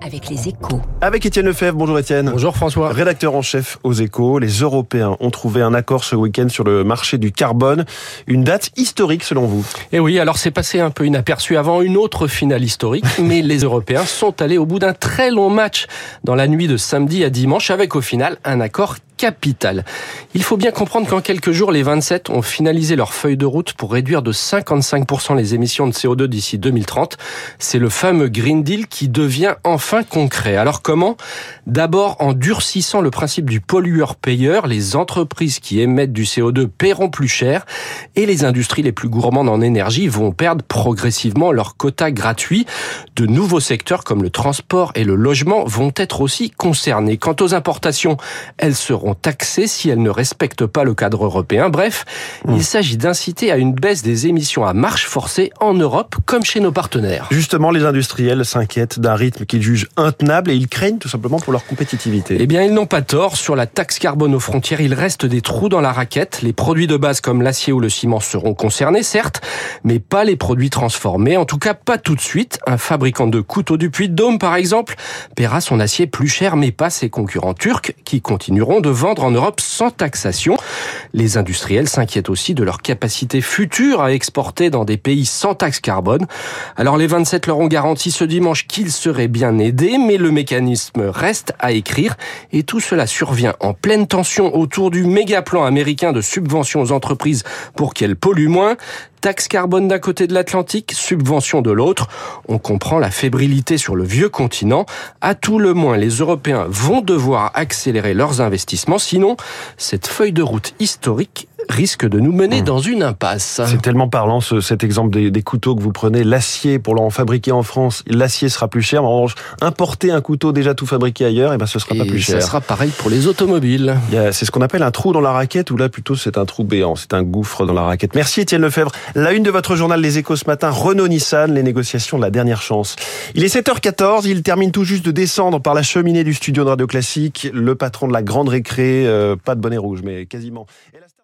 avec les Échos. Avec Étienne Lefebvre. Bonjour Étienne. Bonjour François. Rédacteur en chef aux Échos. Les Européens ont trouvé un accord ce week-end sur le marché du carbone. Une date historique selon vous. Et oui, alors c'est passé un peu inaperçu avant une autre finale historique, mais les Européens sont allés au bout d'un très long match dans la nuit de samedi à dimanche avec au final un accord capital. Il faut bien comprendre qu'en quelques jours, les 27 ont finalisé leur feuille de route pour réduire de 55% les émissions de CO2 d'ici 2030. C'est le fameux Green Deal qui devient enfin concret. Alors comment ? D'abord en durcissant le principe du pollueur-payeur. Les entreprises qui émettent du CO2 paieront plus cher et les industries les plus gourmandes en énergie vont perdre progressivement leur quota gratuit. De nouveaux secteurs comme le transport et le logement vont être aussi concernés. Quant aux importations, elles seront taxées si elles ne respectent pas le cadre européen. Bref, il s'agit d'inciter à une baisse des émissions à marche forcée en Europe comme chez nos partenaires. Justement, les industriels s'inquiètent d'un rythme qu'ils jugent intenable et ils craignent tout simplement pour leur compétitivité. Eh bien, ils n'ont pas tort. Sur la taxe carbone aux frontières, il reste des trous dans la raquette. Les produits de base comme l'acier ou le ciment seront concernés, certes, mais pas les produits transformés. En tout cas, pas tout de suite. Un fabricant de couteaux du Puy-de-Dôme, par exemple, paiera son acier plus cher, mais pas ses concurrents turcs qui continueront de vendre en Europe sans taxation. Les industriels s'inquiètent aussi de leur capacité future à exporter dans des pays sans taxe carbone. Alors les 27 leur ont garanti ce dimanche qu'ils seraient bien aidés, mais le mécanisme reste à écrire et tout cela survient en pleine tension autour du méga plan américain de subventions aux entreprises pour qu'elles polluent moins. Taxe carbone d'un côté de l'Atlantique, subvention de l'autre. On comprend la fébrilité sur le vieux continent. À tout le moins, les Européens vont devoir accélérer leurs investissements. Sinon, cette feuille de route historique risque de nous mener dans une impasse. C'est tellement parlant cet exemple des couteaux que vous prenez. L'acier, pour l'en fabriquer en France, l'acier sera plus cher. En revanche, importer un couteau déjà tout fabriqué ailleurs, ce sera pas plus cher. Ça sera pareil pour les automobiles. C'est ce qu'on appelle un trou dans la raquette, ou là plutôt c'est un trou béant, c'est un gouffre dans la raquette. Merci Étienne Lefebvre. La une de votre journal Les Échos ce matin, Renault-Nissan, les négociations de la dernière chance. Il est 7h14, il termine tout juste de descendre par la cheminée du studio de Radio Classique. Le patron de la grande récré, pas de bonnet rouge, mais quasiment.